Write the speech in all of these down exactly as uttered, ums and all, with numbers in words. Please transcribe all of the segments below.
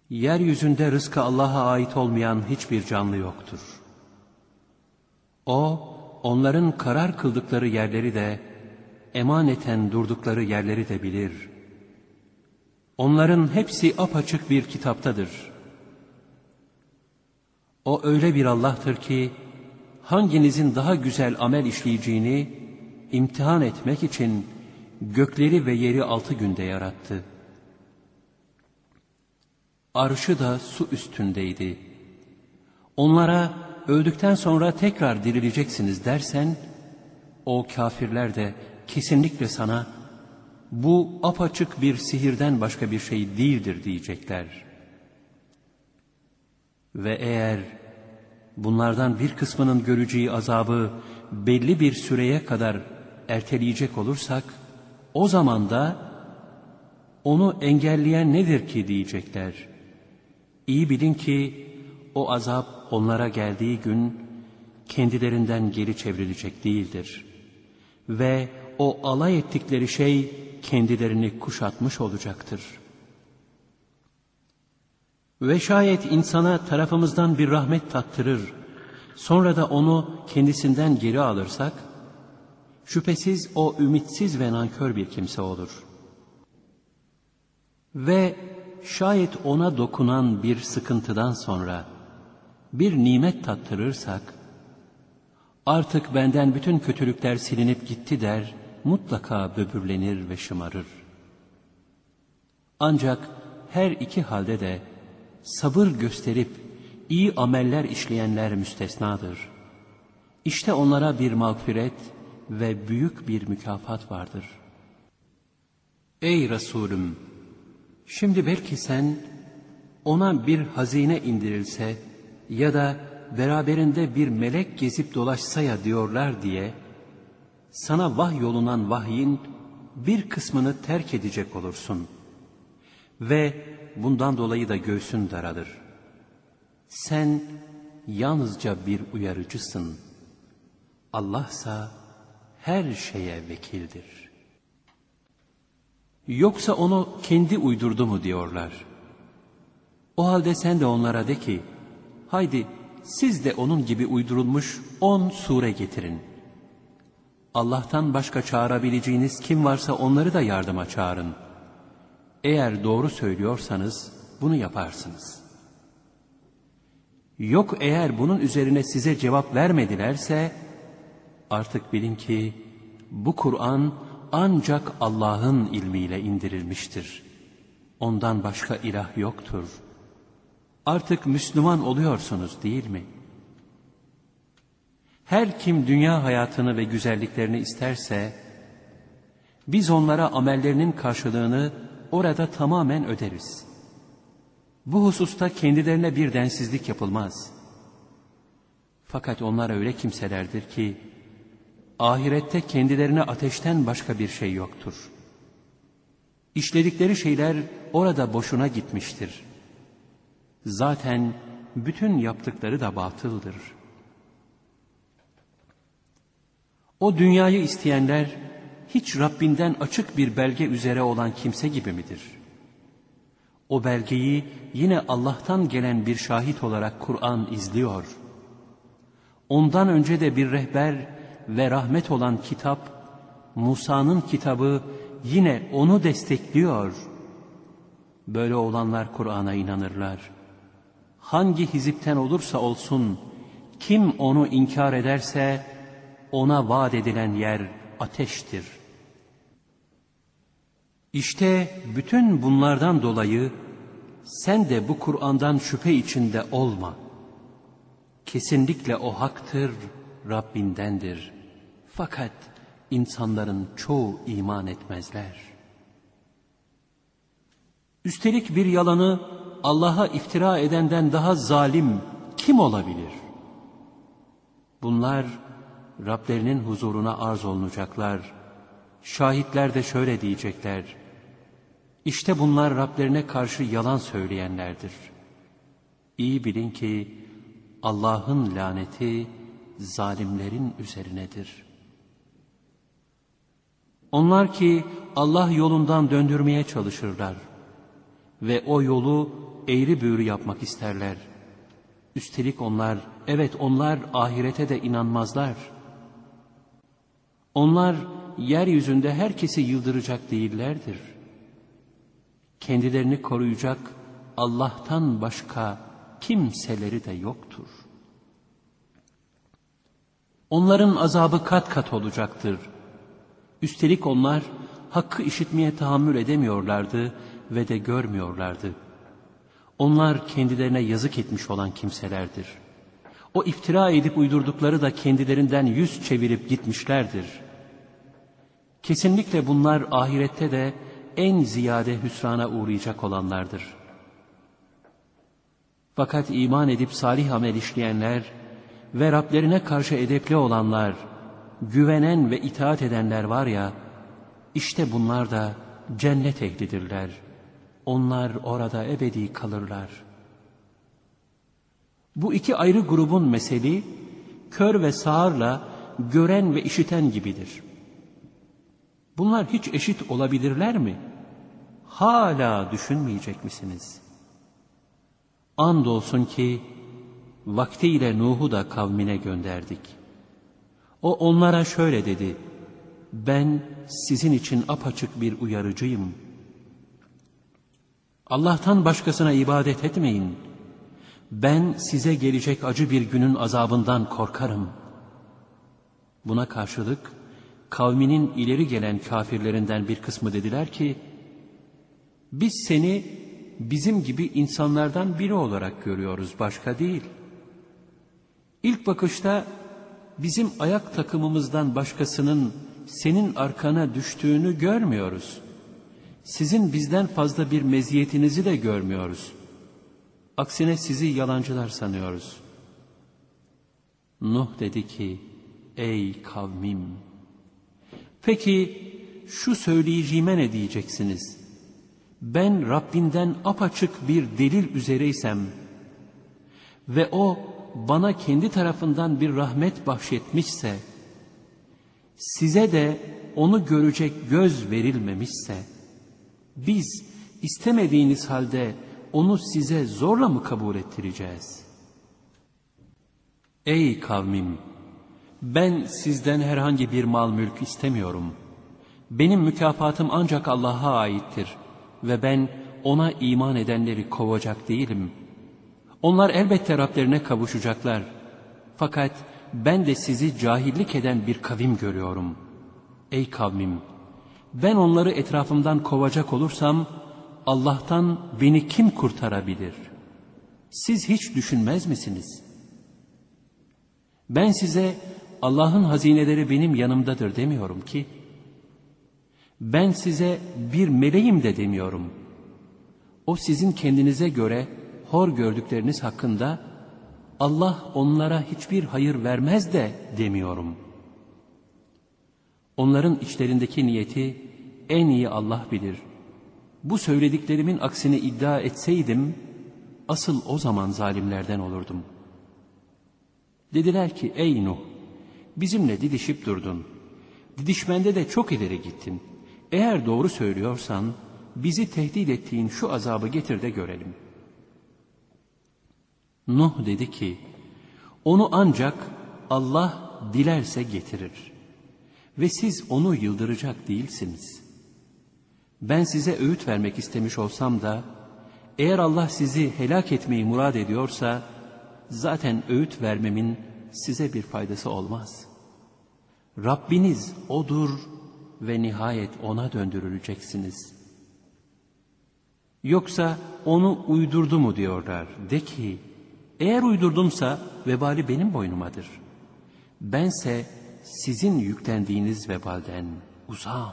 Yeryüzünde rızkı Allah'a ait olmayan hiçbir canlı yoktur. O, onların karar kıldıkları yerleri de, emaneten durdukları yerleri de bilir. Onların hepsi apaçık bir kitaptadır. O öyle bir Allah'tır ki, hanginizin daha güzel amel işleyeceğini imtihan etmek için gökleri ve yeri altı günde yarattı. Arşı da su üstündeydi. Onlara öldükten sonra tekrar dirileceksiniz dersen, o kafirler de kesinlikle sana bu apaçık bir sihirden başka bir şey değildir diyecekler. Ve eğer bunlardan bir kısmının göreceği azabı belli bir süreye kadar erteleyecek olursak, o zaman da onu engelleyen nedir ki diyecekler. İyi bilin ki o azap onlara geldiği gün kendilerinden geri çevrilecek değildir. Ve o alay ettikleri şey kendilerini kuşatmış olacaktır. Ve şayet insana tarafımızdan bir rahmet tattırır, sonra da onu kendisinden geri alırsak, şüphesiz o ümitsiz ve nankör bir kimse olur. Ve şayet ona dokunan bir sıkıntıdan sonra bir nimet tattırırsak, artık benden bütün kötülükler silinip gitti der, mutlaka böbürlenir ve şımarır. Ancak her iki halde de sabır gösterip iyi ameller işleyenler müstesnadır. İşte onlara bir mağfiret ve büyük bir mükafat vardır. Ey Resulüm! Şimdi belki sen ona bir hazine indirilse ya da beraberinde bir melek gezip dolaşsa ya diyorlar diye sana vahyolunan vahyin bir kısmını terk edecek olursun. Ve bundan dolayı da göğsün daralır. Sen yalnızca bir uyarıcısın. Allah'sa her şeye vekildir. Yoksa onu kendi uydurdu mu diyorlar. O halde sen de onlara de ki, haydi siz de onun gibi uydurulmuş on sure getirin. Allah'tan başka çağırabileceğiniz kim varsa onları da yardıma çağırın. Eğer doğru söylüyorsanız bunu yaparsınız. Yok eğer bunun üzerine size cevap vermedilerse, artık bilin ki bu Kur'an ancak Allah'ın ilmiyle indirilmiştir. Ondan başka ilah yoktur. Artık Müslüman oluyorsunuz değil mi? Her kim dünya hayatını ve güzelliklerini isterse, biz onlara amellerinin karşılığını orada tamamen öderiz. Bu hususta kendilerine bir densizlik yapılmaz. Fakat onlar öyle kimselerdir ki, ahirette kendilerine ateşten başka bir şey yoktur. İşledikleri şeyler orada boşuna gitmiştir. Zaten bütün yaptıkları da batıldır. O dünyayı isteyenler, hiç Rabbinden açık bir belge üzere olan kimse gibi midir? O belgeyi yine Allah'tan gelen bir şahit olarak Kur'an izliyor. Ondan önce de bir rehber ve rahmet olan kitap, Musa'nın kitabı yine onu destekliyor. Böyle olanlar Kur'an'a inanırlar. Hangi hizipten olursa olsun, kim onu inkar ederse, ona vaat edilen yer ateştir. İşte bütün bunlardan dolayı sen de bu Kur'an'dan şüphe içinde olma. Kesinlikle o haktır, Rabbindendir. Fakat insanların çoğu iman etmezler. Üstelik bir yalanı Allah'a iftira edenden daha zalim kim olabilir? Bunlar Rablerinin huzuruna arz olunacaklar. Şahitler de şöyle diyecekler: İşte bunlar Rablerine karşı yalan söyleyenlerdir. İyi bilin ki Allah'ın laneti zalimlerin üzerinedir. Onlar ki Allah yolundan döndürmeye çalışırlar ve o yolu eğri büğrü yapmak isterler. Üstelik onlar, evet onlar ahirete de inanmazlar. Onlar yeryüzünde herkesi yıldıracak değillerdir. Kendilerini koruyacak Allah'tan başka kimseleri de yoktur. Onların azabı kat kat olacaktır. Üstelik onlar hakkı işitmeye tahammül edemiyorlardı ve de görmüyorlardı. Onlar kendilerine yazık etmiş olan kimselerdir. O iftira edip uydurdukları da kendilerinden yüz çevirip gitmişlerdir. Kesinlikle bunlar ahirette de en ziyade hüsrana uğrayacak olanlardır. Fakat iman edip salih amel işleyenler ve Rablerine karşı edepli olanlar, güvenen ve itaat edenler var ya, işte bunlar da cennet ehlidirler. Onlar orada ebedi kalırlar. Bu iki ayrı grubun meseli, kör ve sağırla gören ve işiten gibidir. Bunlar hiç eşit olabilirler mi? Hala düşünmeyecek misiniz? Andolsun ki vaktiyle Nuh'u da kavmine gönderdik. O onlara şöyle dedi: ben sizin için apaçık bir uyarıcıyım. Allah'tan başkasına ibadet etmeyin. Ben size gelecek acı bir günün azabından korkarım. Buna karşılık kavminin ileri gelen kafirlerinden bir kısmı dediler ki, biz seni bizim gibi insanlardan biri olarak görüyoruz, başka değil. İlk bakışta bizim ayak takımımızdan başkasının senin arkana düştüğünü görmüyoruz. Sizin bizden fazla bir meziyetinizi de görmüyoruz. Aksine sizi yalancılar sanıyoruz. Nuh dedi ki, ey kavmim, peki şu söyleyeceğime ne diyeceksiniz? Ben Rabbimden apaçık bir delil üzereysem ve o bana kendi tarafından bir rahmet bahşetmişse, size de onu görecek göz verilmemişse, biz istemediğiniz halde onu size zorla mı kabul ettireceğiz? Ey kavmim! Ben sizden herhangi bir mal mülk istemiyorum. Benim mükafatım ancak Allah'a aittir ve ben ona iman edenleri kovacak değilim. Onlar elbette Rablerine kavuşacaklar. Fakat ben de sizi cahillik eden bir kavim görüyorum. Ey kavmim! Ben onları etrafımdan kovacak olursam, Allah'tan beni kim kurtarabilir? Siz hiç düşünmez misiniz? Ben size Allah'ın hazineleri benim yanımdadır demiyorum ki. Ben size bir meleğim de demiyorum. O sizin kendinize göre hor gördükleriniz hakkında Allah onlara hiçbir hayır vermez de demiyorum. Onların içlerindeki niyeti en iyi Allah bilir. Bu söylediklerimin aksini iddia etseydim, asıl o zaman zalimlerden olurdum. Dediler ki, ey Nuh, bizimle didişip durdun. Didişmende de çok ileri gittin. Eğer doğru söylüyorsan, bizi tehdit ettiğin şu azabı getir de görelim. Nuh dedi ki, onu ancak Allah dilerse getirir. Ve siz onu yıldıracak değilsiniz. Ben size öğüt vermek istemiş olsam da, eğer Allah sizi helak etmeyi murad ediyorsa, zaten öğüt vermemin size bir faydası olmaz. Rabbiniz O'dur ve nihayet O'na döndürüleceksiniz. Yoksa onu uydurdu mu diyorlar. De ki, eğer uydurdumsa vebali benim boynumadır. Bense sizin yüklendiğiniz vebalden uzağım.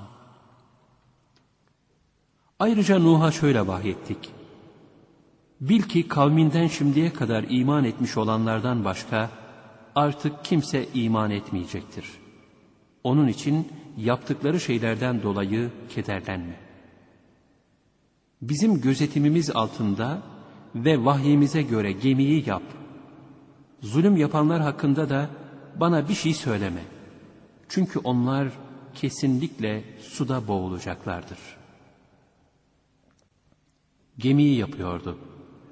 Ayrıca Nuh'a şöyle vahyettik. Bil ki kavminden şimdiye kadar iman etmiş olanlardan başka artık kimse iman etmeyecektir. Onun için yaptıkları şeylerden dolayı kederlenme. Bizim gözetimimiz altında ve vahyimize göre gemiyi yap. Zulüm yapanlar hakkında da bana bir şey söyleme. Çünkü onlar kesinlikle suda boğulacaklardır. Gemiyi yapıyordu.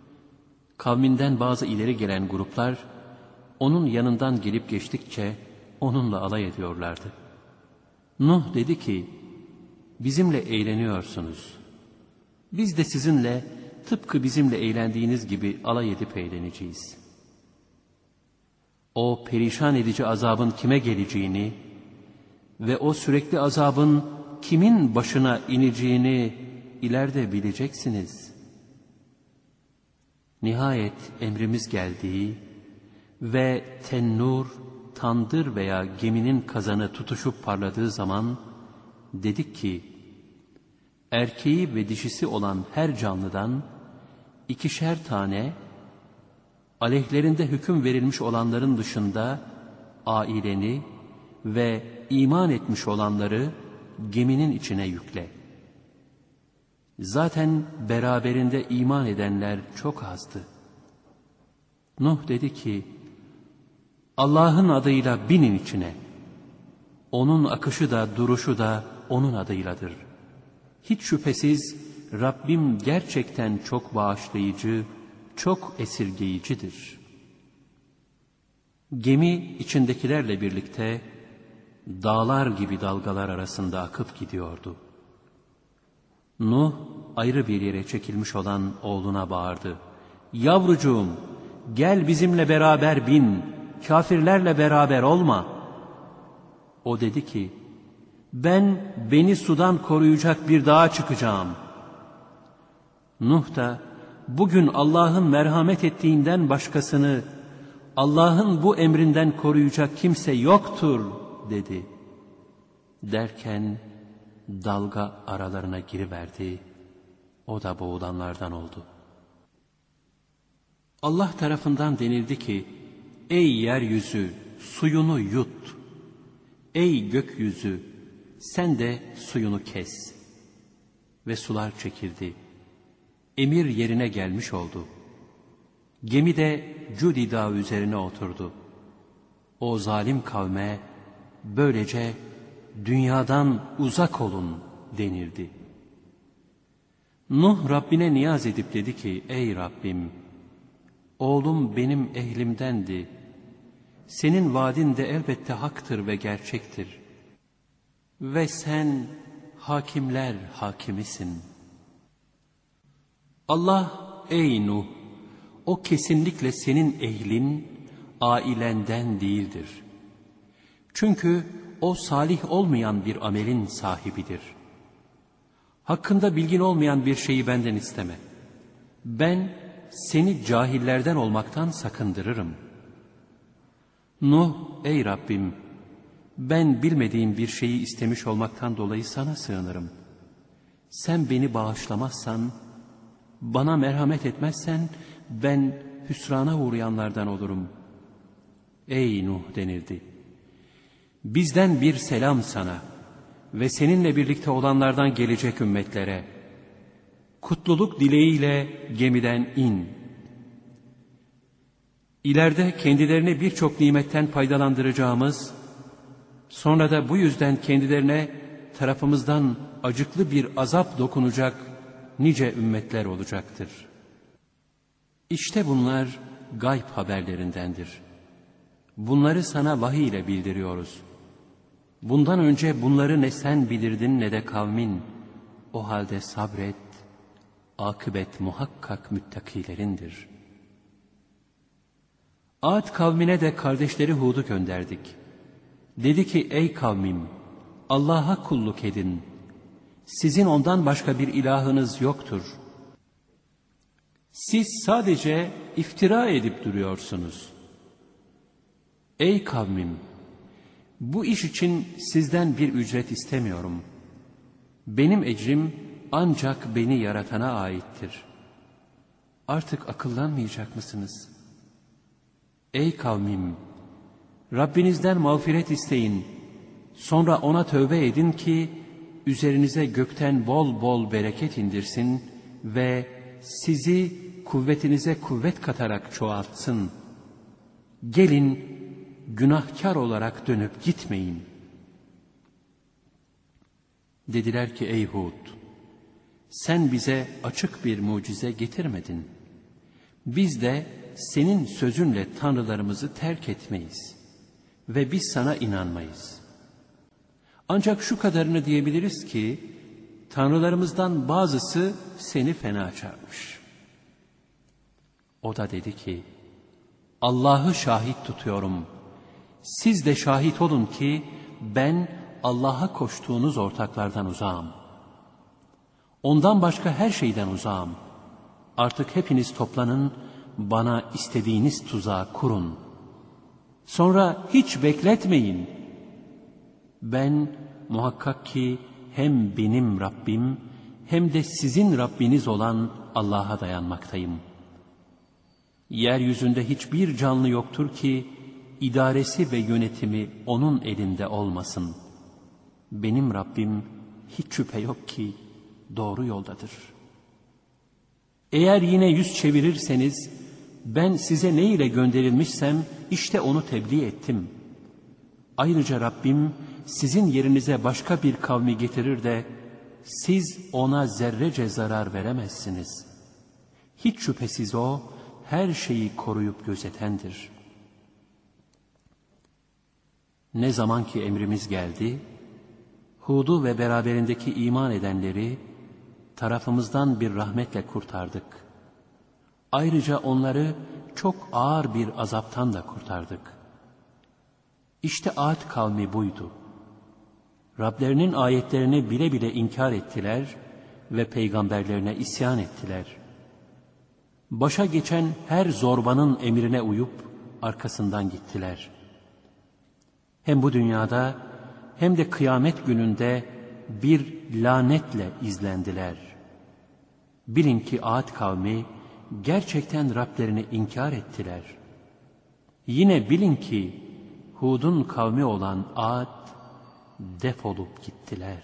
Kavminden bazı ileri gelen gruplar, onun yanından gelip geçtikçe onunla alay ediyorlardı. Nuh dedi ki, bizimle eğleniyorsunuz. Biz de sizinle tıpkı bizimle eğlendiğiniz gibi alay edip eğleneceğiz. O perişan edici azabın kime geleceğini ve o sürekli azabın kimin başına ineceğini ileride bileceksiniz. Nihayet emrimiz geldiği ve tennur, tandır veya geminin kazanı tutuşup parladığı zaman dedik ki, erkeği ve dişisi olan her canlıdan ikişer tane, aleyhlerinde hüküm verilmiş olanların dışında aileni ve iman etmiş olanları geminin içine yükle. Zaten beraberinde iman edenler çok azdı. Nuh dedi ki, Allah'ın adıyla binin içine. Onun akışı da duruşu da onun adıyladır. Hiç şüphesiz Rabbim gerçekten çok bağışlayıcı, çok esirgeyicidir. Gemi içindekilerle birlikte dağlar gibi dalgalar arasında akıp gidiyordu. Nuh ayrı bir yere çekilmiş olan oğluna bağırdı. Yavrucuğum, gel bizimle beraber bin, kafirlerle beraber olma. O dedi ki, ben beni sudan koruyacak bir dağa çıkacağım. Nuh da, bugün Allah'ın merhamet ettiğinden başkasını, Allah'ın bu emrinden koruyacak kimse yoktur dedi. Derken dalga aralarına giriverdi. O da boğulanlardan oldu. Allah tarafından denildi ki, ey yeryüzü suyunu yut. Ey gökyüzü sen de suyunu kes. Ve sular çekildi. Emir yerine gelmiş oldu. Gemi de Cudi Dağı üzerine oturdu. O zalim kavme böylece dünyadan uzak olun denildi. Nuh Rabbine niyaz edip dedi ki, ey Rabbim, oğlum benim ehlimdendi. Senin vaadin de elbette haktır ve gerçektir. Ve sen hakimler hakimisin. Allah, ey Nuh, o kesinlikle senin ehlin, ailenden değildir. Çünkü o salih olmayan bir amelin sahibidir. Hakkında bilgin olmayan bir şeyi benden isteme. Ben seni cahillerden olmaktan sakındırırım. Nuh, ey Rabbim, ben bilmediğim bir şeyi istemiş olmaktan dolayı sana sığınırım. Sen beni bağışlamazsan, bana merhamet etmezsen, ben hüsrana uğrayanlardan olurum. Ey Nuh denildi. Bizden bir selam sana ve seninle birlikte olanlardan gelecek ümmetlere. Kutluluk dileğiyle gemiden in. İleride kendilerini birçok nimetten faydalandıracağımız, sonra da bu yüzden kendilerine tarafımızdan acıklı bir azap dokunacak nice ümmetler olacaktır. İşte bunlar gayb haberlerindendir. Bunları sana vahiy ile bildiriyoruz. Bundan önce bunları ne sen bilirdin ne de kavmin. O halde sabret, akıbet muhakkak müttakilerindir. Ad kavmine de kardeşleri Hud'u gönderdik. Dedi ki, ey kavmim, Allah'a kulluk edin. Sizin ondan başka bir ilahınız yoktur. Siz sadece iftira edip duruyorsunuz. Ey kavmim, bu iş için sizden bir ücret istemiyorum. Benim ecrim ancak beni yaratana aittir. Artık akıllanmayacak mısınız? Ey kavmim, Rabbinizden mağfiret isteyin. Sonra ona tövbe edin ki üzerinize gökten bol bol bereket indirsin ve sizi kuvvetinize kuvvet katarak çoğaltsın. Gelin günahkar olarak dönüp gitmeyin. Dediler ki, ey Hud, sen bize açık bir mucize getirmedin. Biz de senin sözünle tanrılarımızı terk etmeyiz ve biz sana inanmayız. Ancak şu kadarını diyebiliriz ki, tanrılarımızdan bazısı seni fena çarpmış. O da dedi ki, Allah'ı şahit tutuyorum. Siz de şahit olun ki ben Allah'a koştuğunuz ortaklardan uzağım. Ondan başka her şeyden uzağım. Artık hepiniz toplanın, bana istediğiniz tuzağı kurun. Sonra hiç bekletmeyin. Ben muhakkak ki hem benim Rabbim hem de sizin Rabbiniz olan Allah'a dayanmaktayım. Yeryüzünde hiçbir canlı yoktur ki idaresi ve yönetimi onun elinde olmasın. Benim Rabbim hiç şüphe yok ki doğru yoldadır. Eğer yine yüz çevirirseniz ben size ne ile gönderilmişsem işte onu tebliğ ettim. Ayrıca Rabbim sizin yerinize başka bir kavmi getirir de siz ona zerrece zarar veremezsiniz. Hiç şüphesiz o her şeyi koruyup gözetendir. Ne zaman ki emrimiz geldi, Hud'u ve beraberindeki iman edenleri tarafımızdan bir rahmetle kurtardık. Ayrıca onları çok ağır bir azaptan da kurtardık. İşte Ad kavmi buydu. Rablerinin ayetlerini bile bile inkar ettiler ve peygamberlerine isyan ettiler. Başa geçen her zorbanın emrine uyup arkasından gittiler. Hem bu dünyada hem de kıyamet gününde bir lanetle izlendiler. Bilin ki Ad kavmi gerçekten Rablerini inkar ettiler. Yine bilin ki Hud'un kavmi olan Ad defolup gittiler.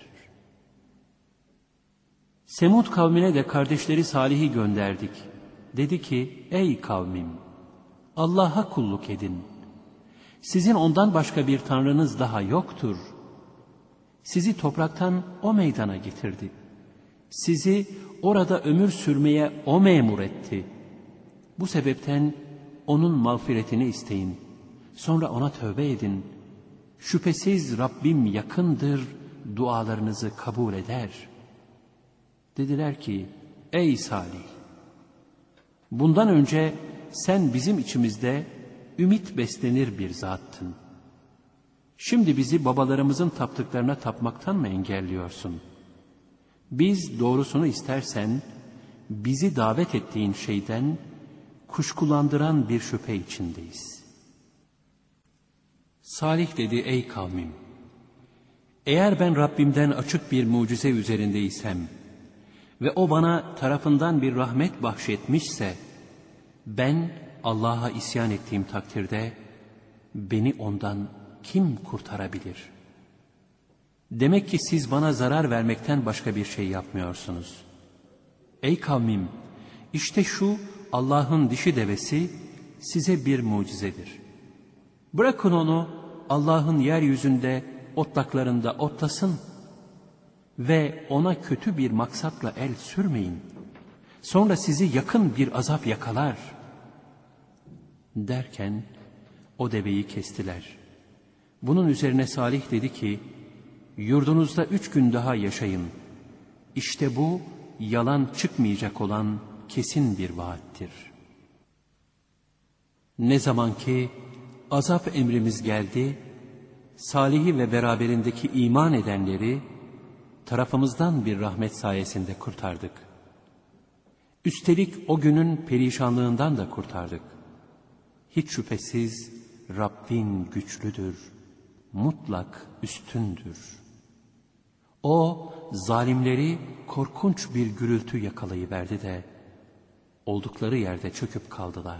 Semud kavmine de kardeşleri Salih'i gönderdik. Dedi ki, ey kavmim, Allah'a kulluk edin. Sizin ondan başka bir tanrınız daha yoktur. Sizi topraktan o meydana getirdi. Sizi orada ömür sürmeye o memur etti. Bu sebepten onun mağfiretini isteyin. Sonra ona tövbe edin. Şüphesiz Rabbim yakındır, dualarınızı kabul eder. Dediler ki, ey Salih, bundan önce sen bizim içimizde ümit beslenir bir zattın. Şimdi bizi babalarımızın taptıklarına tapmaktan mı engelliyorsun? Biz doğrusunu istersen bizi davet ettiğin şeyden kuşkulandıran bir şüphe içindeyiz. Salih dedi, ey kavmim, eğer ben Rabbimden açık bir mucize üzerindeysem ve o bana tarafından bir rahmet bahşetmişse, ben Allah'a isyan ettiğim takdirde beni ondan kim kurtarabilir? Demek ki siz bana zarar vermekten başka bir şey yapmıyorsunuz. Ey kavmim, işte şu Allah'ın dişi devesi size bir mucizedir. Bırakın onu Allah'ın yeryüzünde otlaklarında otlasın ve ona kötü bir maksatla el sürmeyin. Sonra sizi yakın bir azap yakalar. Derken o deveyi kestiler. Bunun üzerine Salih dedi ki, yurdunuzda üç gün daha yaşayın. İşte bu yalan çıkmayacak olan kesin bir vaattir. Ne zaman ki azap emrimiz geldi, Salih'i ve beraberindeki iman edenleri tarafımızdan bir rahmet sayesinde kurtardık. Üstelik o günün perişanlığından da kurtardık. Hiç şüphesiz Rabbin güçlüdür, mutlak üstündür. O zalimleri korkunç bir gürültü yakalayıverdi de oldukları yerde çöküp kaldılar.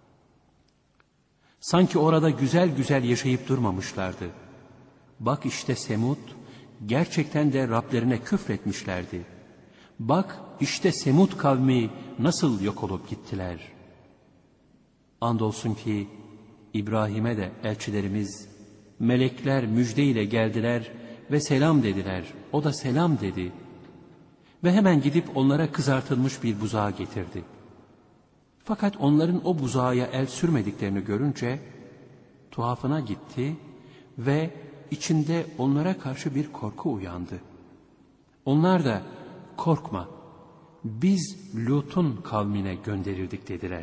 Sanki orada güzel güzel yaşayıp durmamışlardı. Bak işte Semud gerçekten de Rablerine küfretmişlerdi. Bak işte Semud kavmi nasıl yok olup gittiler. Andolsun ki İbrahim'e de elçilerimiz, melekler müjdeyle geldiler ve selam dediler. O da selam dedi. Ve hemen gidip onlara kızartılmış bir buzağı getirdi. Fakat onların o buzağa el sürmediklerini görünce tuhafına gitti ve içinde onlara karşı bir korku uyandı. Onlar da korkma, biz Lut'un kavmine gönderildik dediler.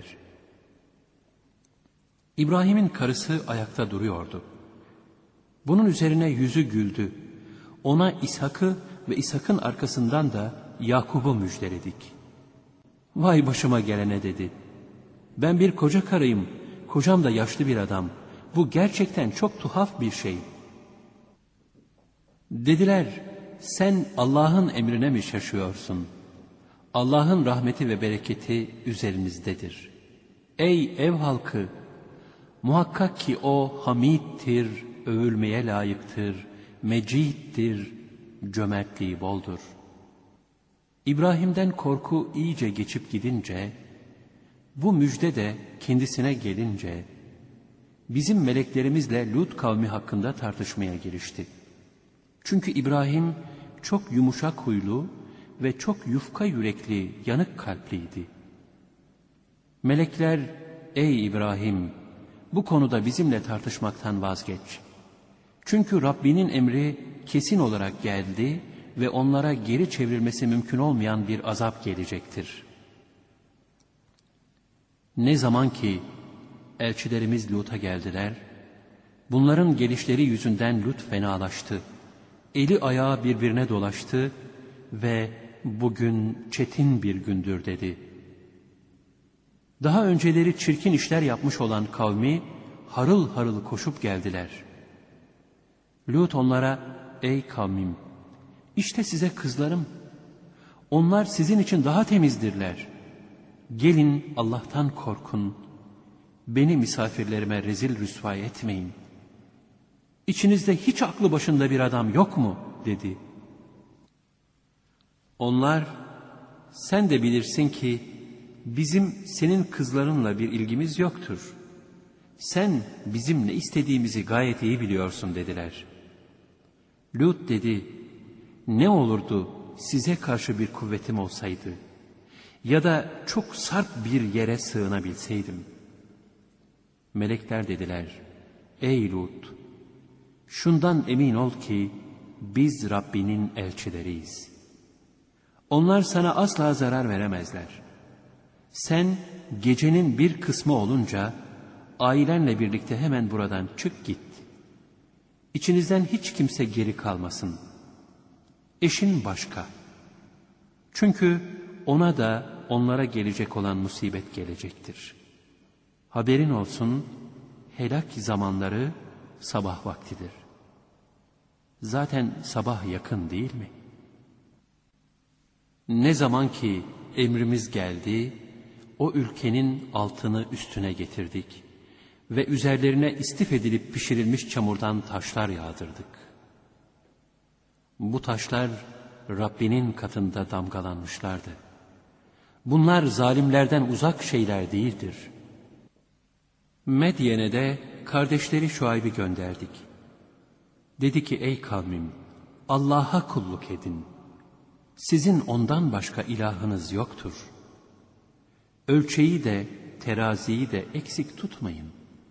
İbrahim'in karısı ayakta duruyordu. Bunun üzerine yüzü güldü. Ona İshak'ı ve İshak'ın arkasından da Yakub'u müjdeledik. Vay başıma gelene dedi. Ben bir koca karıyım, kocam da yaşlı bir adam. Bu gerçekten çok tuhaf bir şey. Dediler, sen Allah'ın emrine mi şaşıyorsun? Allah'ın rahmeti ve bereketi üzerimizdedir. Ey ev halkı! Muhakkak ki o hamiddir, övülmeye layıktır, meciddir, cömertliği boldur. İbrahim'den korku iyice geçip gidince, bu müjde de kendisine gelince, bizim meleklerimizle Lut kavmi hakkında tartışmaya girişti. Çünkü İbrahim çok yumuşak huylu ve çok yufka yürekli, yanık kalpliydi. Melekler, ey İbrahim, bu konuda bizimle tartışmaktan vazgeç. Çünkü Rabbinin emri kesin olarak geldi ve onlara geri çevrilmesi mümkün olmayan bir azap gelecektir. Ne zaman ki elçilerimiz Lut'a geldiler, bunların gelişleri yüzünden Lut fenalaştı. Eli ayağı birbirine dolaştı ve bugün çetin bir gündür dedi. Daha önceleri çirkin işler yapmış olan kavmi harıl harıl koşup geldiler. Lut onlara, ey kavmim, işte size kızlarım. Onlar sizin için daha temizdirler. Gelin Allah'tan korkun. Beni misafirlerime rezil rüsva etmeyin. İçinizde hiç aklı başında bir adam yok mu? Dedi. Onlar, sen de bilirsin ki bizim senin kızlarınla bir ilgimiz yoktur. Sen bizim ne istediğimizi gayet iyi biliyorsun dediler. Lut dedi, ne olurdu size karşı bir kuvvetim olsaydı ya da çok sarp bir yere sığınabilseydim. Melekler dediler, ey Lut, şundan emin ol ki biz Rabbinin elçileriyiz. Onlar sana asla zarar veremezler. Sen gecenin bir kısmı olunca ailenle birlikte hemen buradan çık git. İçinizden hiç kimse geri kalmasın. Eşin başka. Çünkü ona da onlara gelecek olan musibet gelecektir. Haberin olsun, helak zamanları sabah vaktidir. Zaten sabah yakın değil mi? Ne zaman ki emrimiz geldi, o ülkenin altını üstüne getirdik ve üzerlerine istif edilip pişirilmiş çamurdan taşlar yağdırdık. Bu taşlar Rabbinin katında damgalanmışlardı. Bunlar zalimlerden uzak şeyler değildir. Medyen'e de kardeşleri Şuayb'i gönderdik. Dedi ki, ey kavmim, Allah'a kulluk edin. Sizin ondan başka ilahınız yoktur. Ölçeyi de, teraziyi de eksik tutmayın.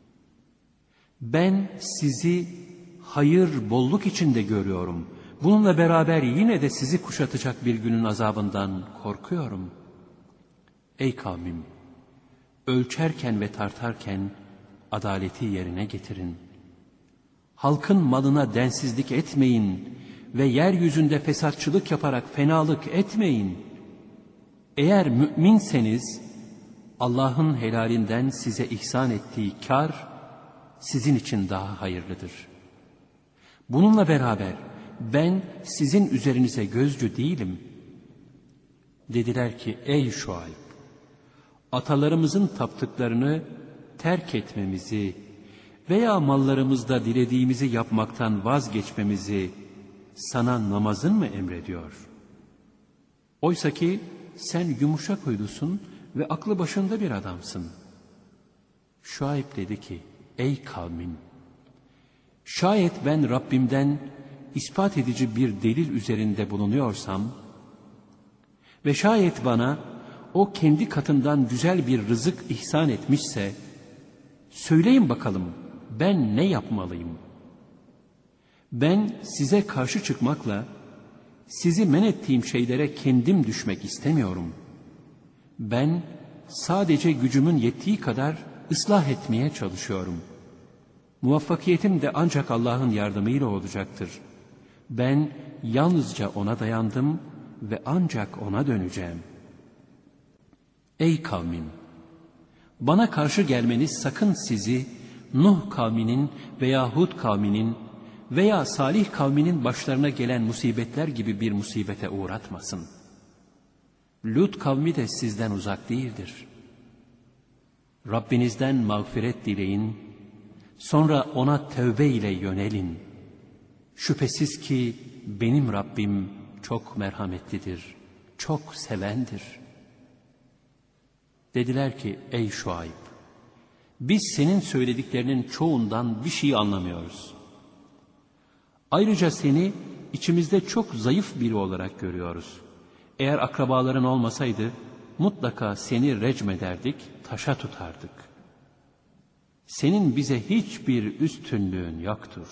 Ben sizi hayır, bolluk içinde görüyorum. Bununla beraber yine de sizi kuşatacak bir günün azabından korkuyorum. Ey kavmim, ölçerken ve tartarken adaleti yerine getirin. Halkın malına densizlik etmeyin ve yeryüzünde fesatçılık yaparak fenalık etmeyin. Eğer müminseniz Allah'ın helalinden size ihsan ettiği kar sizin için daha hayırlıdır. Bununla beraber ben sizin üzerinize gözcü değilim. Dediler ki, ey Şuayb, atalarımızın taptıklarını terk etmemizi veya mallarımızda dilediğimizi yapmaktan vazgeçmemizi sana namazın mı emrediyor? Oysa ki sen yumuşak huylusun ve aklı başında bir adamsın. Şuayb dedi ki, ey kavmim, şayet ben Rabbimden ispat edici bir delil üzerinde bulunuyorsam ve şayet bana o kendi katından güzel bir rızık ihsan etmişse, söyleyin bakalım ben ne yapmalıyım? Ben size karşı çıkmakla, sizi men ettiğim şeylere kendim düşmek istemiyorum. Ben sadece gücümün yettiği kadar ıslah etmeye çalışıyorum. Muvaffakiyetim de ancak Allah'ın yardımıyla olacaktır. Ben yalnızca O'na dayandım ve ancak O'na döneceğim. Ey kavmim! Bana karşı gelmeniz sakın sizi Nuh kavminin veya Hud kavminin veya Salih kavminin başlarına gelen musibetler gibi bir musibete uğratmasın. Lut kavmi de sizden uzak değildir. Rabbinizden mağfiret dileyin, sonra O'na tövbe ile yönelin. Şüphesiz ki benim Rabbim çok merhametlidir, çok sevendir. Dediler ki, ey Şuayb, biz senin söylediklerinin çoğundan bir şey anlamıyoruz. Ayrıca seni içimizde çok zayıf biri olarak görüyoruz. Eğer akrabaların olmasaydı mutlaka seni recmederdik, taşa tutardık. Senin bize hiçbir üstünlüğün yoktur.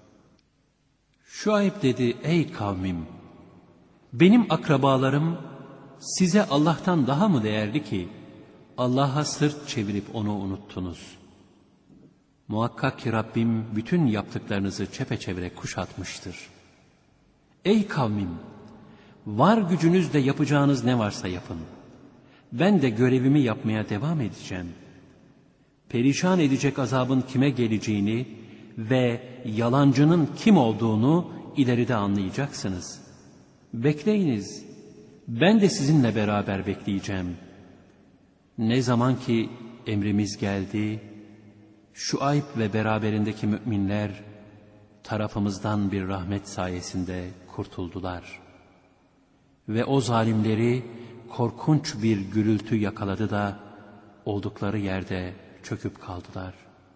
Şuayb dedi, ey kavmim, benim akrabalarım size Allah'tan daha mı değerli ki Allah'a sırt çevirip O'nu unuttunuz? Muhakkak ki Rabbim bütün yaptıklarınızı çepeçevre kuşatmıştır. Ey kavmim! Var gücünüzle yapacağınız ne varsa yapın. Ben de görevimi yapmaya devam edeceğim. Perişan edecek azabın kime geleceğini ve yalancının kim olduğunu ileride anlayacaksınız. Bekleyiniz, ben de sizinle beraber bekleyeceğim. Ne zaman ki emrimiz geldi, Şuayb ve beraberindeki müminler tarafımızdan bir rahmet sayesinde kurtuldular. Ve o zalimleri korkunç bir gürültü yakaladı da oldukları yerde çöküp kaldılar.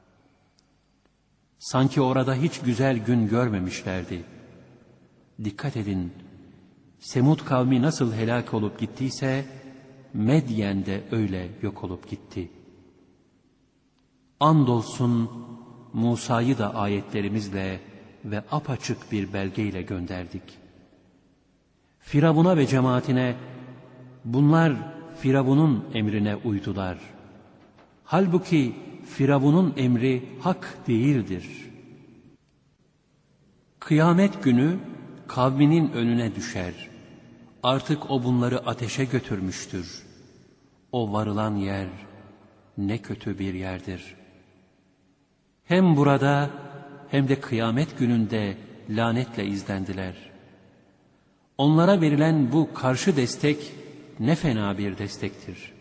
Sanki orada hiç güzel gün görmemişlerdi. Dikkat edin, Semud kavmi nasıl helak olup gittiyse Medyen de öyle yok olup gitti. Andolsun Musa'yı da ayetlerimizle ve apaçık bir belgeyle gönderdik. Firavun'a ve cemaatine, bunlar Firavun'un emrine uydular. Halbuki Firavun'un emri hak değildir. Kıyamet günü kavminin önüne düşer. Artık o bunları ateşe götürmüştür. O varılan yer ne kötü bir yerdir. Hem burada hem de kıyamet gününde lanetle izlendiler. Onlara verilen bu karşı destek ne fena bir destektir.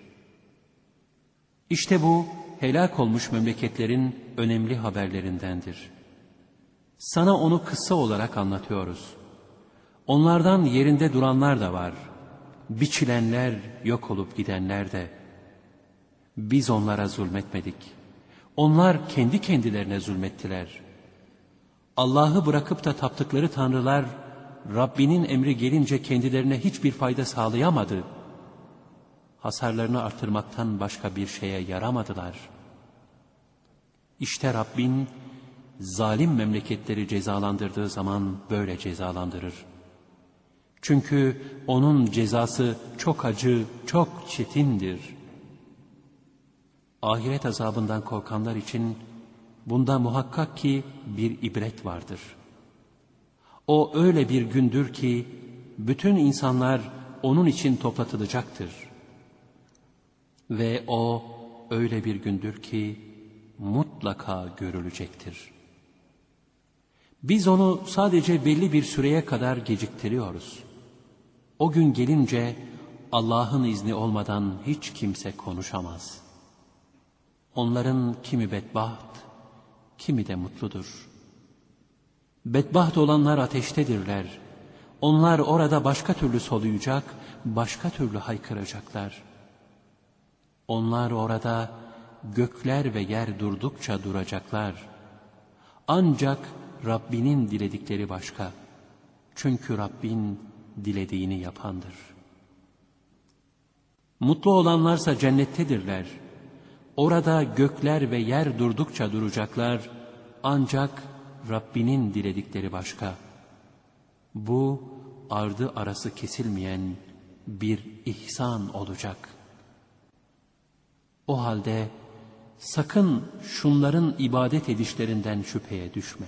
İşte bu helak olmuş memleketlerin önemli haberlerindendir. Sana onu kısa olarak anlatıyoruz. Onlardan yerinde duranlar da var. Biçilenler, yok olup gidenler de. Biz onlara zulmetmedik. Onlar kendi kendilerine zulmettiler. Allah'ı bırakıp da taptıkları tanrılar, Rabbinin emri gelince kendilerine hiçbir fayda sağlayamadı. Hasarlarını artırmaktan başka bir şeye yaramadılar. İşte Rabbin, zalim memleketleri cezalandırdığı zaman böyle cezalandırır. Çünkü onun cezası çok acı, çok çetindir. Ahiret azabından korkanlar için bunda muhakkak ki bir ibret vardır. O öyle bir gündür ki bütün insanlar onun için toplatılacaktır. Ve o öyle bir gündür ki mutlaka görülecektir. Biz onu sadece belli bir süreye kadar geciktiriyoruz. O gün gelince Allah'ın izni olmadan hiç kimse konuşamaz. Onların kimi bedbaht, kimi de mutludur. Bedbaht olanlar ateştedirler. Onlar orada başka türlü soluyacak, başka türlü haykıracaklar. Onlar orada gökler ve yer durdukça duracaklar. Ancak Rabbinin diledikleri başka. Çünkü Rabbin dilediğini yapandır. Mutlu olanlarsa cennettedirler. Orada gökler ve yer durdukça duracaklar. Ancak Rabbinin diledikleri başka. Bu ardı arası kesilmeyen bir ihsan olacak. O halde sakın şunların ibadet edişlerinden şüpheye düşme.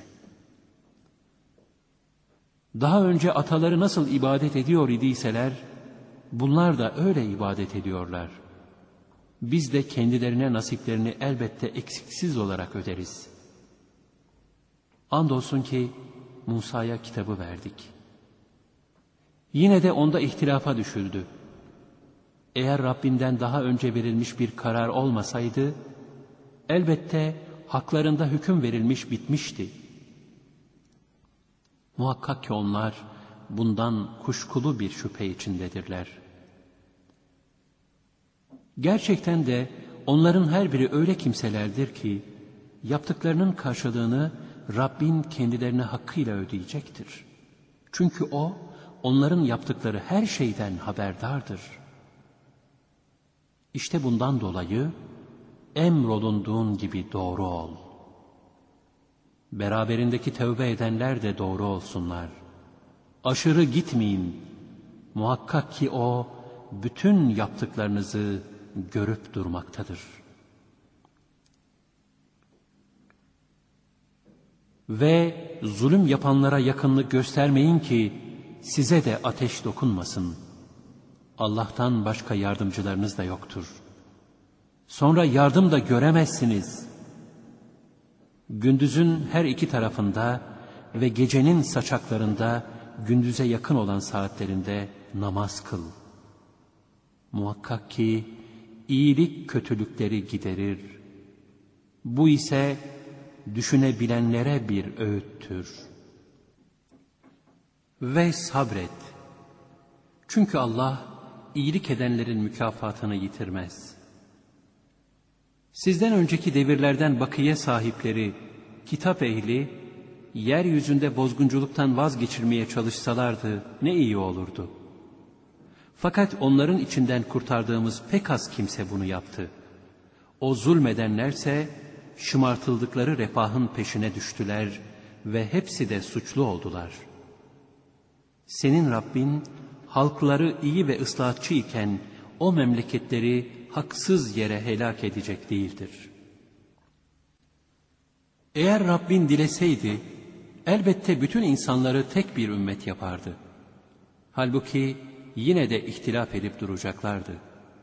Daha önce ataları nasıl ibadet ediyor idiyseler, bunlar da öyle ibadet ediyorlar. Biz de kendilerine nasiplerini elbette eksiksiz olarak öderiz. Andolsun ki Musa'ya kitabı verdik. Yine de onda ihtilafa düşüldü. Eğer Rabbinden daha önce verilmiş bir karar olmasaydı, elbette haklarında hüküm verilmiş bitmişti. Muhakkak ki onlar bundan kuşkulu bir şüphe içindedirler. Gerçekten de onların her biri öyle kimselerdir ki, yaptıklarının karşılığını Rabbin kendilerine hakkıyla ödeyecektir. Çünkü O, onların yaptıkları her şeyden haberdardır. İşte bundan dolayı emrolunduğun gibi doğru ol. Beraberindeki tövbe edenler de doğru olsunlar. Aşırı gitmeyin. Muhakkak ki O bütün yaptıklarınızı görüp durmaktadır. Ve zulüm yapanlara yakınlık göstermeyin ki size de ateş dokunmasın. Allah'tan başka yardımcılarınız da yoktur. Sonra yardım da göremezsiniz. Gündüzün her iki tarafında ve gecenin saçaklarında gündüze yakın olan saatlerinde namaz kıl. Muhakkak ki iyilik kötülükleri giderir. Bu ise düşünebilenlere bir öğüttür. Ve sabret. Çünkü Allah iyilik edenlerin mükafatını yitirmez. Sizden önceki devirlerden bakiye sahipleri, kitap ehli, yeryüzünde bozgunculuktan vazgeçirmeye çalışsalardı ne iyi olurdu. Fakat onların içinden kurtardığımız pek az kimse bunu yaptı. O zulmedenlerse şımartıldıkları refahın peşine düştüler ve hepsi de suçlu oldular. Senin Rabbin halkları iyi ve ıslahatçı iken o memleketleri haksız yere helak edecek değildir. Eğer Rabbin dileseydi elbette bütün insanları tek bir ümmet yapardı. Halbuki yine de ihtilaf edip duracaklardı.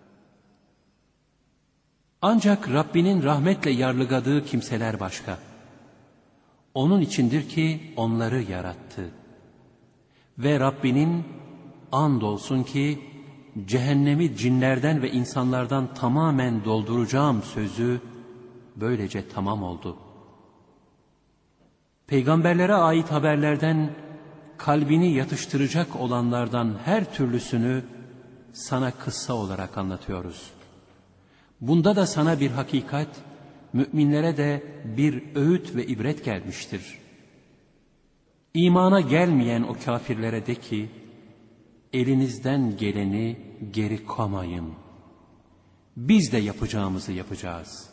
Ancak Rabbinin rahmetle yarlıgadığı kimseler başka. Onun içindir ki onları yarattı. Ve Rabbinin andolsun ki cehennemi cinlerden ve insanlardan tamamen dolduracağım sözü böylece tamam oldu. Peygamberlere ait haberlerden kalbini yatıştıracak olanlardan her türlüsünü sana kıssa olarak anlatıyoruz. Bunda da sana bir hakikat, müminlere de bir öğüt ve ibret gelmiştir. İmana gelmeyen o kafirlere de ki, elinizden geleni geri koymayın. Biz de yapacağımızı yapacağız.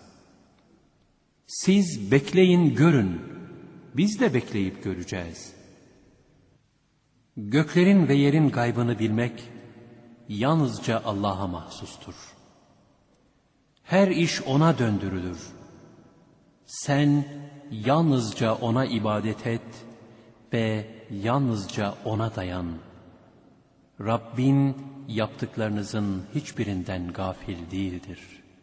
Siz bekleyin görün, biz de bekleyip göreceğiz. Göklerin ve yerin gaybını bilmek yalnızca Allah'a mahsustur. Her iş O'na döndürülür. Sen yalnızca O'na ibadet et ve yalnızca O'na dayan. Rabbin yaptıklarınızın hiçbirinden gafil değildir.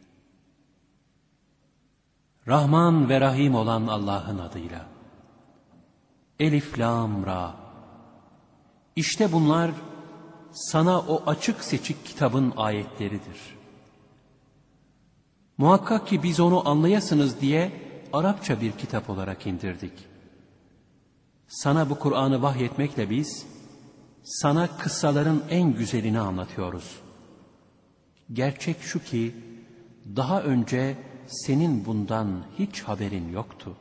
Rahman ve Rahim olan Allah'ın adıyla. Elif, Lam, Ra. İşte bunlar sana o açık seçik kitabın ayetleridir. Muhakkak ki biz onu anlayasınız diye Arapça bir kitap olarak indirdik. Sana bu Kur'an'ı vahyetmekle biz, sana kıssaların en güzelini anlatıyoruz. Gerçek şu ki, daha önce senin bundan hiç haberin yoktu.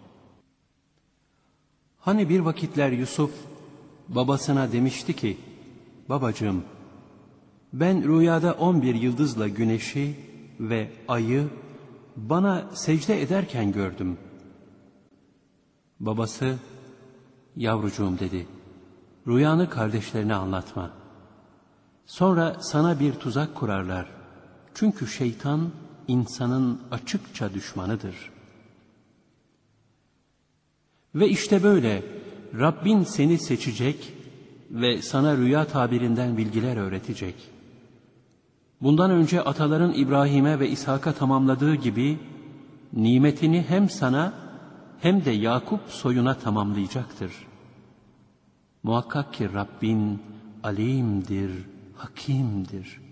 Hani bir vakitler Yusuf, babasına demişti ki, babacığım, ben rüyada on bir yıldızla güneşi ve ayı bana secde ederken gördüm. Babası, yavrucuğum dedi, rüyanı kardeşlerine anlatma. Sonra sana bir tuzak kurarlar. Çünkü şeytan insanın açıkça düşmanıdır. Ve işte böyle Rabbin seni seçecek ve sana rüya tabirinden bilgiler öğretecek. Bundan önce ataların İbrahim'e ve İshak'a tamamladığı gibi nimetini hem sana hem de Yakup soyuna tamamlayacaktır. Muhakkak ki Rabbin alimdir, hakimdir.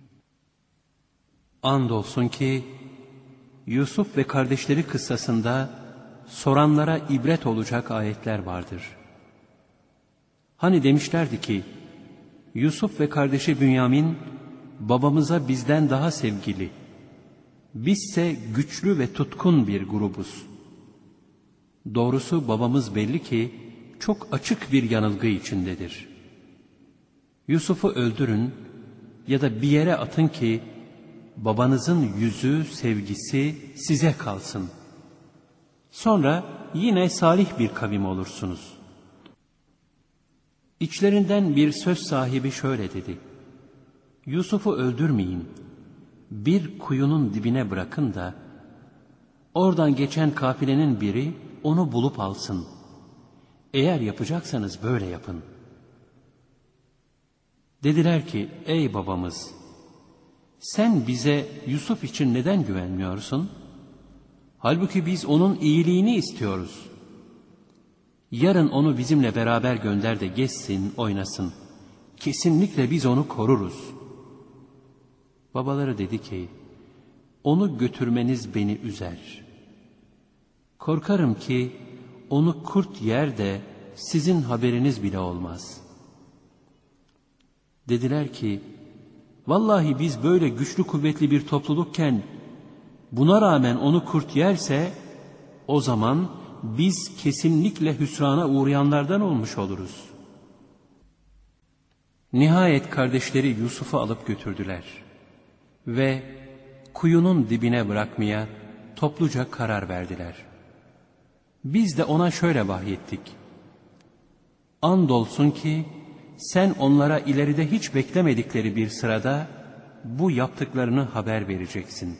Andolsun ki Yusuf ve kardeşleri kıssasında soranlara ibret olacak ayetler vardır. Hani demişlerdi ki, Yusuf ve kardeşi Bünyamin babamıza bizden daha sevgili, bizse güçlü ve tutkun bir grubuz. Doğrusu babamız belli ki çok açık bir yanılgı içindedir. Yusuf'u öldürün ya da bir yere atın ki babanızın yüzü, sevgisi size kalsın. Sonra yine salih bir kavim olursunuz. İçlerinden bir söz sahibi şöyle dedi: Yusuf'u öldürmeyin, bir kuyunun dibine bırakın da oradan geçen kafilenin biri onu bulup alsın. Eğer yapacaksanız böyle yapın. Dediler ki, ey babamız, sen bize Yusuf için neden güvenmiyorsun? Halbuki biz onun iyiliğini istiyoruz. Yarın onu bizimle beraber gönder de gezsin, oynasın. Kesinlikle biz onu koruruz. Babaları dedi ki, onu götürmeniz beni üzer. Korkarım ki onu kurt yer de sizin haberiniz bile olmaz. Dediler ki, vallahi biz böyle güçlü kuvvetli bir toplulukken buna rağmen onu kurt yerse o zaman biz kesinlikle hüsrana uğrayanlardan olmuş oluruz. Nihayet kardeşleri Yusuf'u alıp götürdüler ve kuyunun dibine bırakmaya topluca karar verdiler. Biz de ona şöyle vahyettik: andolsun ki sen onlara ileride hiç beklemedikleri bir sırada bu yaptıklarını haber vereceksin.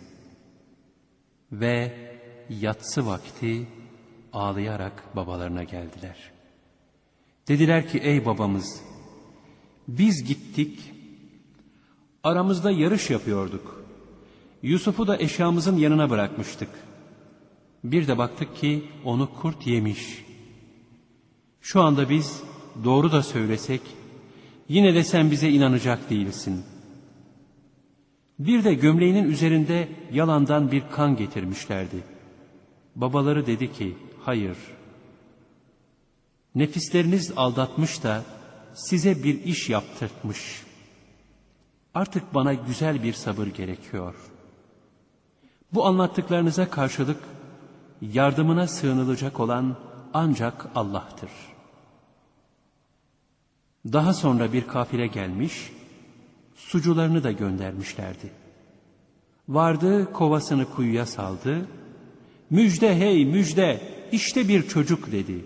Ve yatsı vakti ağlayarak babalarına geldiler. Dediler ki, ey babamız, biz gittik, aramızda yarış yapıyorduk. Yusuf'u da eşyamızın yanına bırakmıştık. Bir de baktık ki onu kurt yemiş. Şu anda biz doğru da söylesek, yine de sen bize inanacak değilsin. Bir de gömleğinin üzerinde yalandan bir kan getirmişlerdi. Babaları dedi ki, hayır. Nefisleriniz aldatmış da size bir iş yaptırtmış. Artık bana güzel bir sabır gerekiyor. Bu anlattıklarınıza karşılık yardımına sığınılacak olan ancak Allah'tır. Daha sonra bir kafile gelmiş, sucularını da göndermişlerdi. Vardı, kovasını kuyuya saldı. Müjde hey müjde, işte bir çocuk dedi.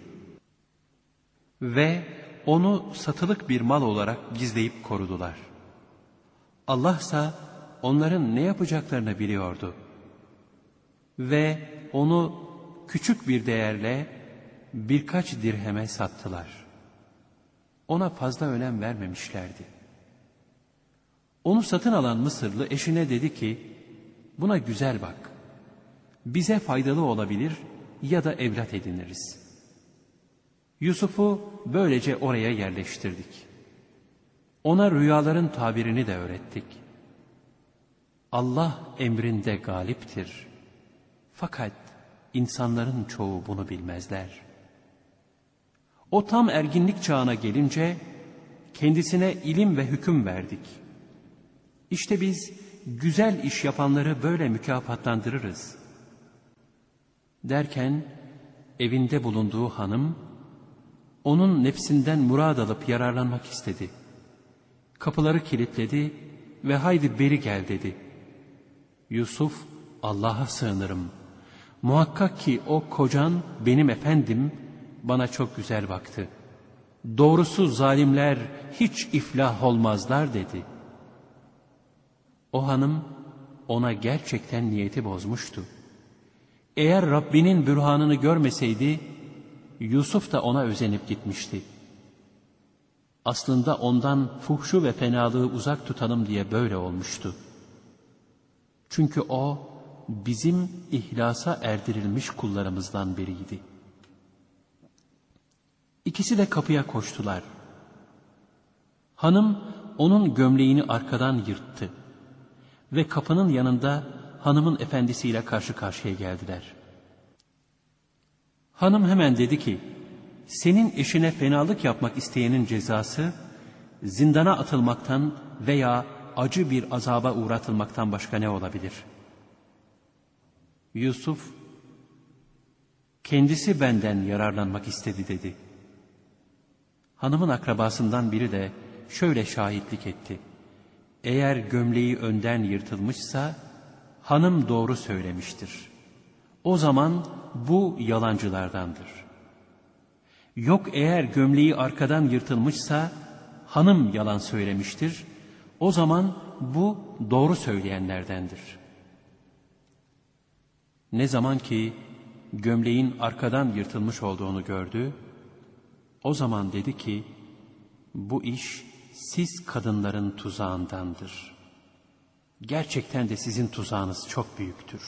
Ve onu satılık bir mal olarak gizleyip korudular. Allah'sa onların ne yapacaklarını biliyordu. Ve onu küçük bir değerle birkaç dirheme sattılar. Ona fazla önem vermemişlerdi. Onu satın alan Mısırlı eşine dedi ki, buna güzel bak. Bize faydalı olabilir ya da evlat ediniriz. Yusuf'u böylece oraya yerleştirdik. Ona rüyaların tabirini de öğrettik. Allah emrinde galiptir. Fakat insanların çoğu bunu bilmezler. O tam erginlik çağına gelince kendisine ilim ve hüküm verdik. İşte biz güzel iş yapanları böyle mükafatlandırırız. Derken evinde bulunduğu hanım onun nefsinden murad alıp yararlanmak istedi. Kapıları kilitledi ve haydi beri gel dedi. Yusuf, Allah'a sığınırım. Muhakkak ki o kocan benim efendim bana çok güzel baktı. Doğrusu zalimler hiç iflah olmazlar dedi. O hanım ona gerçekten niyeti bozmuştu. Eğer Rabbinin bürhanını görmeseydi, Yusuf da ona özenip gitmişti. Aslında ondan fuhşu ve fenalığı uzak tutalım diye böyle olmuştu. Çünkü o bizim ihlasa erdirilmiş kullarımızdan biriydi. İkisi de kapıya koştular. Hanım onun gömleğini arkadan yırttı ve kapının yanında hanımın efendisiyle karşı karşıya geldiler. Hanım hemen dedi ki, senin eşine fenalık yapmak isteyenin cezası zindana atılmaktan veya acı bir azaba uğratılmaktan başka ne olabilir? Yusuf, kendisi benden yararlanmak istedi dedi. Hanımın akrabasından biri de şöyle şahitlik etti. Eğer gömleği önden yırtılmışsa hanım doğru söylemiştir. O zaman bu yalancılardandır. Yok eğer gömleği arkadan yırtılmışsa hanım yalan söylemiştir. O zaman bu doğru söyleyenlerdendir. Ne zaman ki gömleğin arkadan yırtılmış olduğunu gördü, o zaman dedi ki, bu iş siz kadınların tuzağındandır. Gerçekten de sizin tuzağınız çok büyüktür.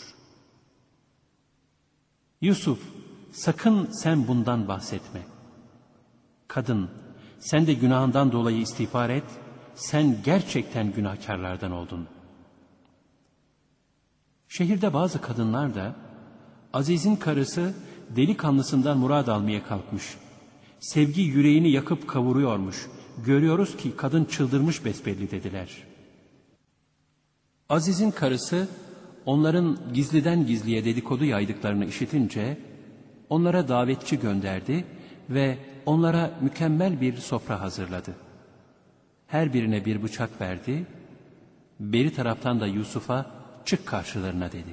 Yusuf, sakın sen bundan bahsetme. Kadın, sen de günahından dolayı istiğfar et, sen gerçekten günahkarlardan oldun. Şehirde bazı kadınlar da, Aziz'in karısı delikanlısından murad almaya kalkmış. Sevgi yüreğini yakıp kavuruyormuş. Görüyoruz ki kadın çıldırmış besbelli dediler. Aziz'in karısı onların gizliden gizliye dedikodu yaydıklarını işitince onlara davetçi gönderdi ve onlara mükemmel bir sofra hazırladı. Her birine bir bıçak verdi. Beri taraftan da Yusuf'a çık karşılarına dedi.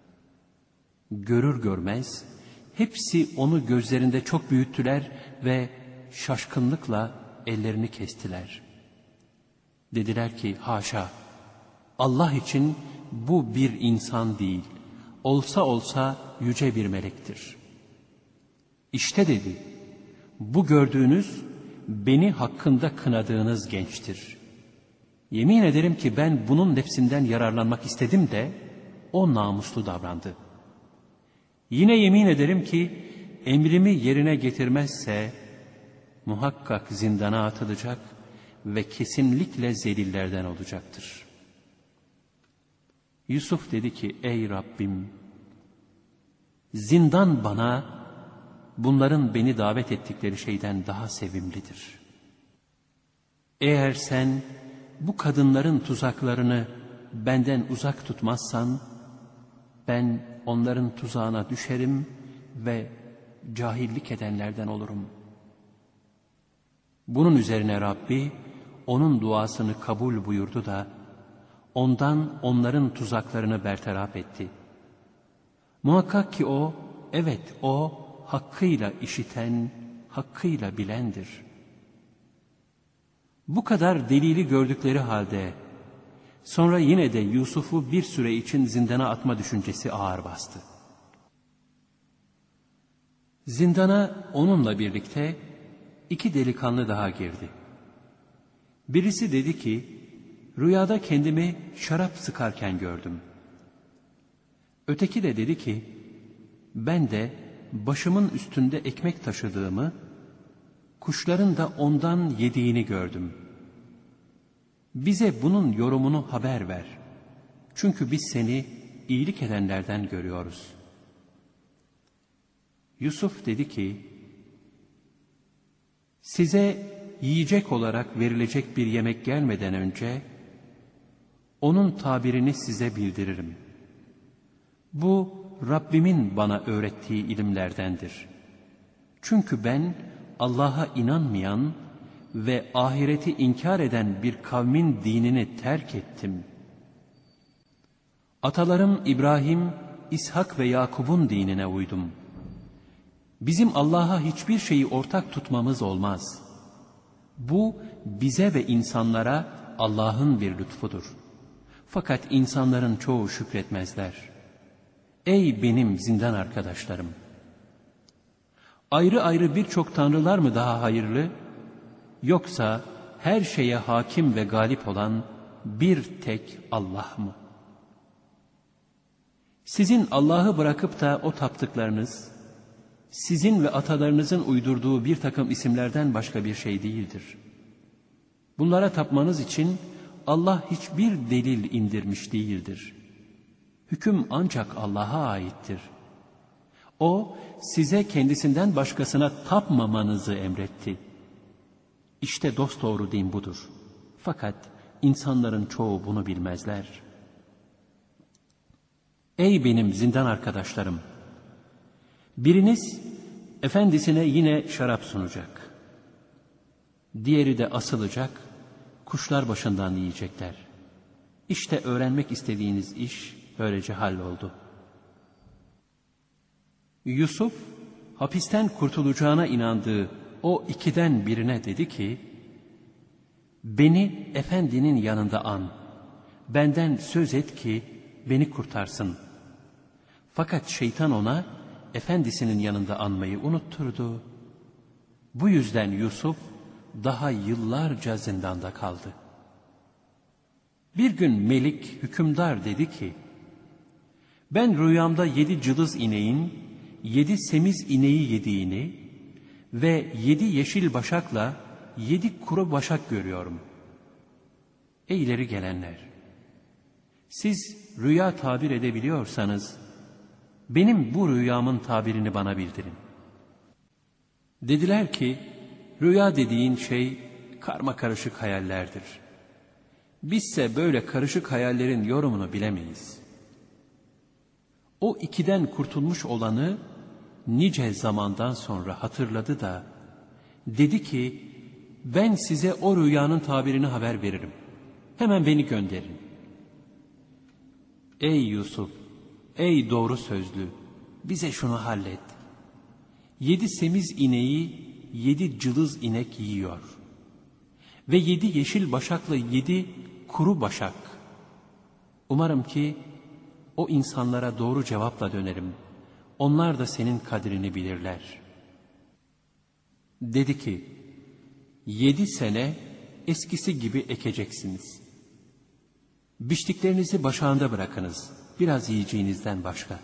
Görür görmez hepsi onu gözlerinde çok büyüttüler ve şaşkınlıkla ellerini kestiler. Dediler ki haşa, Allah için bu bir insan değil, olsa olsa yüce bir melektir. İşte dedi, bu gördüğünüz beni hakkında kınadığınız gençtir. Yemin ederim ki ben bunun nefsinden yararlanmak istedim de o namuslu davrandı. Yine yemin ederim ki emrimi yerine getirmezse muhakkak zindana atılacak ve kesinlikle zelillerden olacaktır. Yusuf dedi ki ey Rabbim, zindan bana bunların beni davet ettikleri şeyden daha sevimlidir. Eğer sen bu kadınların tuzaklarını benden uzak tutmazsan ben onların tuzağına düşerim ve cahillik edenlerden olurum. Bunun üzerine Rabbi onun duasını kabul buyurdu da ondan onların tuzaklarını bertaraf etti. Muhakkak ki o, evet o hakkıyla işiten, hakkıyla bilendir. Bu kadar delili gördükleri halde sonra yine de Yusuf'u bir süre için zindana atma düşüncesi ağır bastı. Zindana onunla birlikte iki delikanlı daha girdi. Birisi dedi ki, rüyada kendimi şarap sıkarken gördüm. Öteki de dedi ki, ben de başımın üstünde ekmek taşıdığımı, kuşların da ondan yediğini gördüm. Bize bunun yorumunu haber ver. Çünkü biz seni iyilik edenlerden görüyoruz. Yusuf dedi ki, size yiyecek olarak verilecek bir yemek gelmeden önce onun tabirini size bildiririm. Bu Rabbimin bana öğrettiği ilimlerdendir. Çünkü ben Allah'a inanmayan ve ahireti inkar eden bir kavmin dinini terk ettim. Atalarım İbrahim, İshak ve Yakub'un dinine uydum. Bizim Allah'a hiçbir şeyi ortak tutmamız olmaz. Bu bize ve insanlara Allah'ın bir lütfudur. Fakat insanların çoğu şükretmezler. Ey benim zindan arkadaşlarım! Ayrı ayrı birçok tanrılar mı daha hayırlı? Yoksa her şeye hakim ve galip olan bir tek Allah mı? Sizin Allah'ı bırakıp da o taptıklarınız, sizin ve atalarınızın uydurduğu bir takım isimlerden başka bir şey değildir. Bunlara tapmanız için Allah hiçbir delil indirmiş değildir. Hüküm ancak Allah'a aittir. O, size kendisinden başkasına tapmamanızı emretti. İşte dosdoğru din budur. Fakat insanların çoğu bunu bilmezler. Ey benim zindan arkadaşlarım! Biriniz efendisine yine şarap sunacak. Diğeri de asılacak, kuşlar başından yiyecekler. İşte öğrenmek istediğiniz iş böylece halloldu. Yusuf, hapisten kurtulacağına inandığı o ikiden birine dedi ki, beni efendinin yanında an, benden söz et ki beni kurtarsın. Fakat şeytan ona efendisinin yanında anmayı unutturdu. Bu yüzden Yusuf daha yıllarca zindanda kaldı. Bir gün melik hükümdar dedi ki, ben rüyamda yedi cılız ineğin, yedi semiz ineği yediğini ve yedi yeşil başakla yedi kuru başak görüyorum. Ey ileri gelenler! Siz rüya tabir edebiliyorsanız, benim bu rüyamın tabirini bana bildirin. Dediler ki, rüya dediğin şey karma karışık hayallerdir. Bizse böyle karışık hayallerin yorumunu bilemeyiz. O ikiden kurtulmuş olanı nice zamandan sonra hatırladı da, dedi ki, ben size o rüyanın tabirini haber veririm. Hemen beni gönderin. Ey Yusuf! Ey doğru sözlü! Bize şunu hallet. Yedi semiz ineği yedi cılız inek yiyor. Ve yedi yeşil başakla yedi kuru başak. Umarım ki o insanlara doğru cevapla dönerim. Onlar da senin kadrini bilirler. Dedi ki, yedi sene eskisi gibi ekeceksiniz. Biçtiklerinizi başağında bırakınız, biraz yiyeceğinizden başka.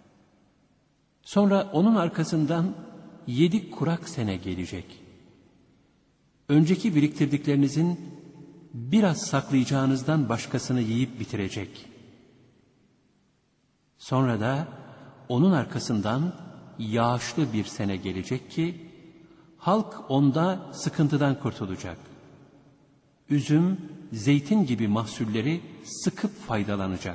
Sonra onun arkasından yedi kurak sene gelecek. Önceki biriktirdiklerinizin biraz saklayacağınızdan başkasını yiyip bitirecek. Sonra da onun arkasından yağışlı bir sene gelecek ki, halk onda sıkıntıdan kurtulacak. Üzüm, zeytin gibi mahsulleri sıkıp faydalanacak.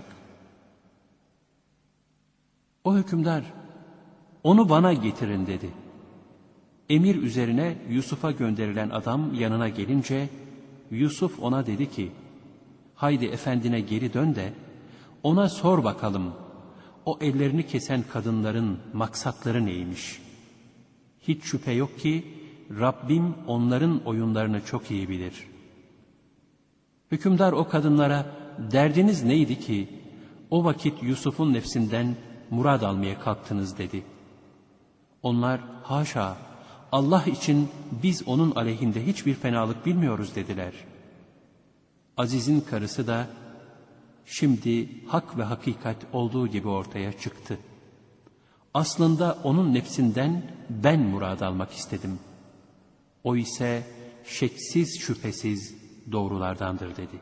O hükümdar, onu bana getirin dedi. Emir üzerine Yusuf'a gönderilen adam yanına gelince, Yusuf ona dedi ki, haydi efendine geri dön de, ona sor bakalım, o ellerini kesen kadınların maksatları neymiş? Hiç şüphe yok ki, Rabbim onların oyunlarını çok iyi bilir. Hükümdar o kadınlara, derdiniz neydi ki, o vakit Yusuf'un nefsinden murad almaya kalktınız dedi. Onlar, haşa, Allah için biz onun aleyhinde hiçbir fenalık bilmiyoruz dediler. Aziz'in karısı da, şimdi hak ve hakikat olduğu gibi ortaya çıktı. Aslında onun nefsinden ben murad almak istedim. O ise şeksiz şüphesiz doğrulardandır dedi.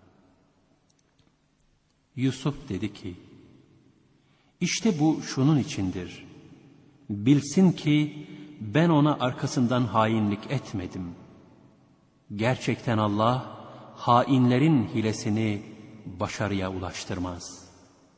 Yusuf dedi ki, işte bu şunun içindir. Bilsin ki ben ona arkasından hainlik etmedim. Gerçekten Allah hainlerin hilesini başarıya ulaştırmaz.